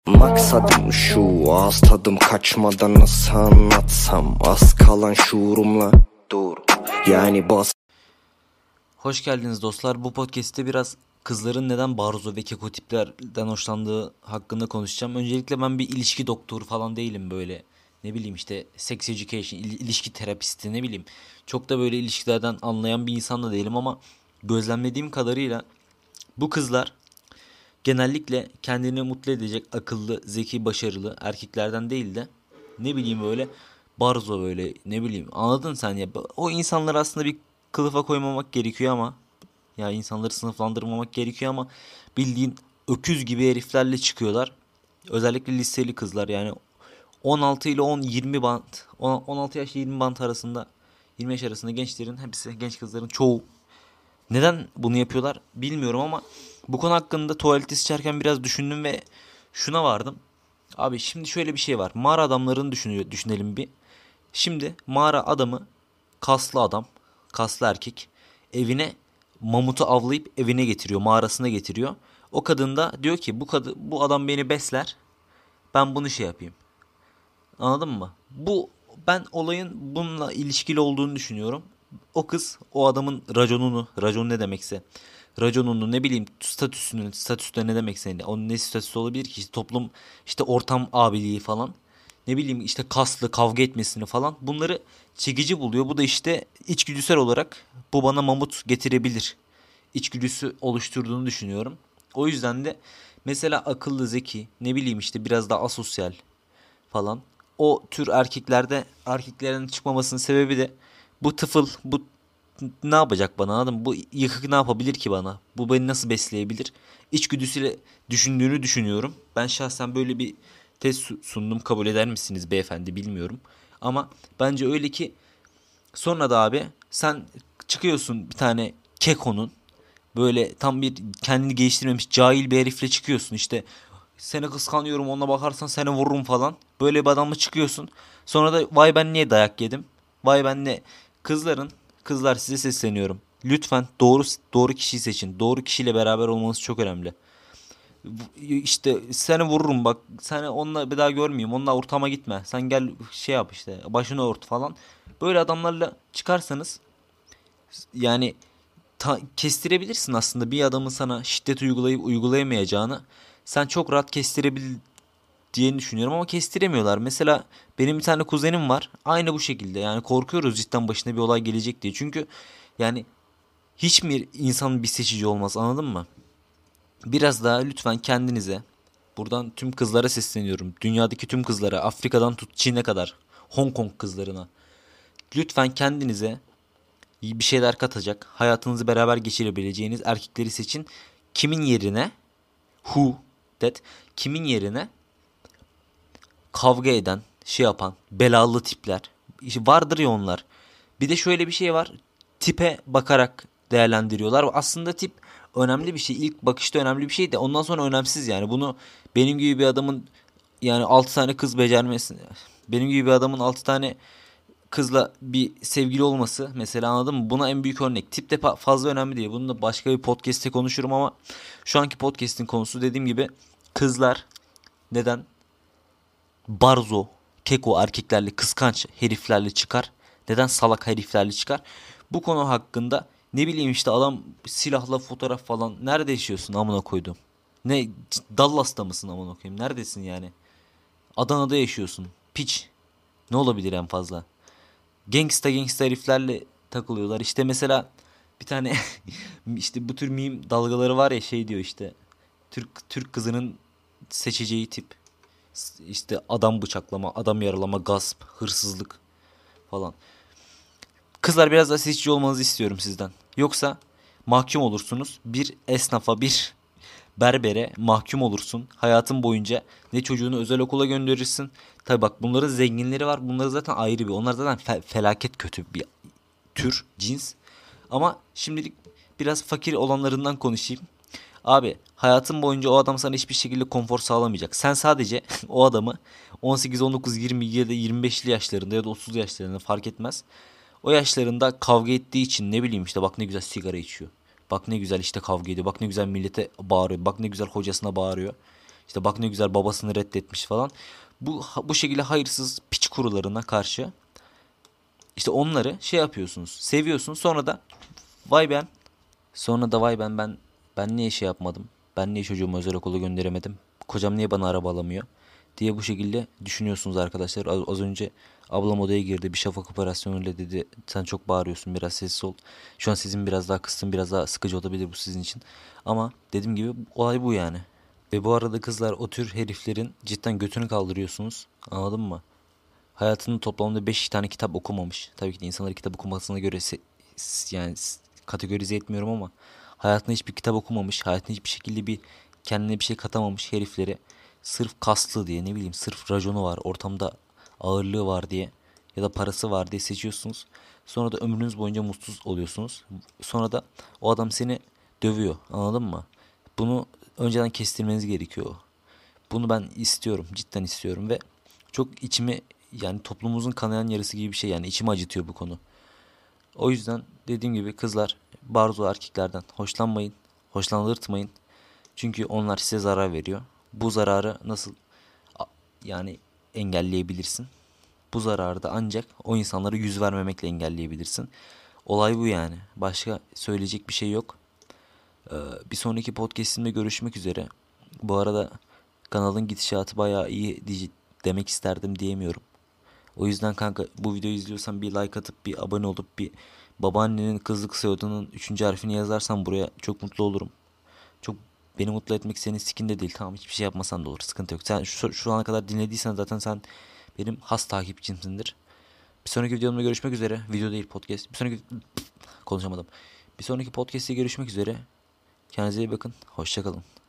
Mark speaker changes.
Speaker 1: Maksadım şu, ağız tadım kaçmadan nasıl anlatsam, az kalan şuurumla dur yani bas.
Speaker 2: Hoş geldiniz dostlar. Bu podcast'te biraz kızların neden barzo ve keko tiplerden hoşlandığı hakkında konuşacağım. Öncelikle ben bir ilişki doktoru falan değilim böyle. Ne bileyim işte sex education, ilişki terapisti ne bileyim. Çok da böyle ilişkilerden anlayan bir insan da değilim ama gözlemlediğim kadarıyla bu kızlar genellikle kendini mutlu edecek akıllı, zeki, başarılı erkeklerden değil de ne bileyim böyle barzo böyle ne bileyim anladın sen ya. O insanları aslında bir kılıfa koymamak gerekiyor ama ya insanları sınıflandırmamak gerekiyor ama bildiğin öküz gibi heriflerle çıkıyorlar. Özellikle liseli kızlar yani 16 ile 10-20 bant 16 yaş 20 bant arasında 20 yaş arasında gençlerin hepsi genç kızların çoğu neden bunu yapıyorlar bilmiyorum ama bu konu hakkında tuvalette sıçarken biraz düşündüm ve şuna vardım. Abi şimdi şöyle bir şey var. Mağara adamlarını düşünelim bir. Şimdi mağara adamı kaslı adam, kaslı erkek evine mamutu avlayıp evine getiriyor, mağarasına getiriyor. O kadın da diyor ki bu adam beni besler. Ben bunu şey yapayım. Anladın mı? Ben olayın bununla ilişkili olduğunu düşünüyorum. O kız o adamın racon ne demekse, raconunu ne bileyim statüsü de ne demekse onun ne statüsü olabilir ki işte toplum işte ortam abiliği falan. Ne bileyim işte kaslı kavga etmesini falan bunları çekici buluyor. Bu da işte içgüdüsel olarak bu bana mamut getirebilir. İçgüdüsü oluşturduğunu düşünüyorum. O yüzden de mesela akıllı, zeki, ne bileyim işte biraz daha asosyal falan. O tür erkeklerin çıkmamasının sebebi de bu tıfıl, bu ne yapacak bana anladın mı? Bu yıkık ne yapabilir ki bana? Bu beni nasıl besleyebilir? İçgüdüsüyle düşündüğünü düşünüyorum. Ben şahsen böyle bir test sundum. Kabul eder misiniz beyefendi bilmiyorum. Ama bence öyle ki sonra da abi sen çıkıyorsun bir tane kekonun böyle tam bir kendini geliştirmemiş cahil bir herifle çıkıyorsun işte seni kıskanıyorum ona bakarsan seni vururum falan. Böyle bir adamla çıkıyorsun. Sonra da vay ben niye dayak yedim? Vay ben ne? Kızlar size sesleniyorum. Lütfen doğru kişiyi seçin. Doğru kişiyle beraber olmanız çok önemli. İşte seni vururum bak. Seni onunla bir daha görmeyeyim. Onunla ortama gitme. Sen gel şey yap işte. Başını ört falan. Böyle adamlarla çıkarsanız yani kestirebilirsin aslında bir adamın sana şiddet uygulayıp uygulayamayacağını sen çok rahat diyeni düşünüyorum ama kestiremiyorlar. Mesela benim bir tane kuzenim var. Aynı bu şekilde. Yani korkuyoruz cidden başına bir olay gelecek diye. Çünkü yani hiç mi insan bir seçici olmaz anladın mı? Biraz daha lütfen kendinize buradan tüm kızlara sesleniyorum. Dünyadaki tüm kızlara, Afrika'dan tut Çin'e kadar, Hong Kong kızlarına. Lütfen kendinize bir şeyler katacak, hayatınızı beraber geçirebileceğiniz erkekleri seçin. Kimin yerine who that kimin yerine kavga eden, şey yapan, belalı tipler. İşte vardır ya onlar. Bir de şöyle bir şey var. Tipe bakarak değerlendiriyorlar. Aslında tip önemli bir şey. İlk bakışta önemli bir şey de ondan sonra önemsiz yani. Bunu benim gibi bir adamın yani 6 tane kız becermesi. Benim gibi bir adamın 6 tane kızla bir sevgili olması mesela anladın mı? Buna en büyük örnek. Tip de fazla önemli değil. Bunu da başka bir podcast'te konuşurum ama şu anki podcast'in konusu dediğim gibi kızlar neden barzo, keko erkeklerle kıskanç heriflerle çıkar? Neden salak heriflerle çıkar? Bu konu hakkında ne bileyim işte adam silahla fotoğraf falan. Nerede yaşıyorsun amına koydum? Ne Dallas'ta mısın amına koyayım? Neredesin yani? Adana'da yaşıyorsun. Piç. Ne olabilir en fazla? Gangsta heriflerle takılıyorlar. İşte mesela bir tane işte bu tür meme dalgaları var ya şey diyor işte Türk kızının seçeceği tip işte adam bıçaklama, adam yaralama, gasp, hırsızlık falan. Kızlar biraz daha seçici olmanızı istiyorum sizden. Yoksa mahkum olursunuz. Bir esnafa, bir berbere mahkum olursun. Hayatın boyunca ne çocuğunu özel okula gönderirsin. Tabi bak bunların zenginleri var. Bunları zaten ayrı bir. Onlar zaten felaket kötü bir tür, cins. Ama şimdilik biraz fakir olanlarından konuşayım. Abi hayatın boyunca o adam sana hiçbir şekilde konfor sağlamayacak. Sen sadece o adamı 18, 19, 20 ya da 25'li yaşlarında ya da 30 yaşlarında fark etmez. O yaşlarında kavga ettiği için ne bileyim işte bak ne güzel sigara içiyor. Bak ne güzel işte kavga ediyor. Bak ne güzel millete bağırıyor. Bak ne güzel hocasına bağırıyor. İşte bak ne güzel babasını reddetmiş falan. Bu şekilde hayırsız piç kurularına karşı işte onları şey yapıyorsunuz. Seviyorsunuz. Vay ben sonra da vay ben niye şey yapmadım? Ben niye çocuğumu özel okula gönderemedim? Kocam niye bana araba alamıyor? Diye bu şekilde düşünüyorsunuz arkadaşlar. Az önce ablam odaya girdi. Bir şafak operasyonuyla dedi. Sen çok bağırıyorsun, biraz sessiz ol. Şu an sesim biraz daha kıstım. Biraz daha sıkıcı olabilir bu sizin için. Ama dediğim gibi olay bu yani. Ve bu arada kızlar, o tür heriflerin cidden götünü kaldırıyorsunuz. Anladın mı? Hayatının toplamda 5 tane kitap okumamış. Tabii ki de insanları kitap okumasına göre yani kategorize etmiyorum ama hayatında hiçbir kitap okumamış, hayatında hiçbir şekilde kendine bir şey katamamış herifleri sırf kaslı diye, ne bileyim, sırf raconu var, ortamda ağırlığı var diye ya da parası var diye seçiyorsunuz. Sonra da ömrünüz boyunca mutsuz oluyorsunuz. Sonra da o adam seni dövüyor. Anladın mı? Bunu önceden kestirmeniz gerekiyor. Bunu ben istiyorum. Cidden istiyorum ve çok içimi, yani toplumumuzun kanayan yarısı gibi bir şey, yani içimi acıtıyor bu konu. O yüzden dediğim gibi kızlar, barzo erkeklerden hoşlanmayın. Hoşlandırtmayın. Çünkü onlar size zarar veriyor. Bu zararı nasıl yani engelleyebilirsin? Bu zararı da ancak o insanlara yüz vermemekle engelleyebilirsin. Olay bu yani. Başka söyleyecek bir şey yok. Bir sonraki podcastimde görüşmek üzere. Bu arada kanalın gidişatı bayağı iyi demek isterdim, diyemiyorum. O yüzden kanka, bu videoyu izliyorsan bir like atıp bir abone olup bir babaannenin kızlık soyadının 3. harfini yazarsan buraya çok mutlu olurum. Çok beni mutlu etmek senin sikinde değil. Tamam, hiçbir şey yapmasan da olur. Sıkıntı yok. Sen şu ana kadar dinlediysen zaten sen benim has takipçimsindir. Bir sonraki videomda görüşmek üzere. Video değil, podcast. Konuşamadım. Bir sonraki podcast'te görüşmek üzere. Kendinize iyi bakın. Hoşça kalın.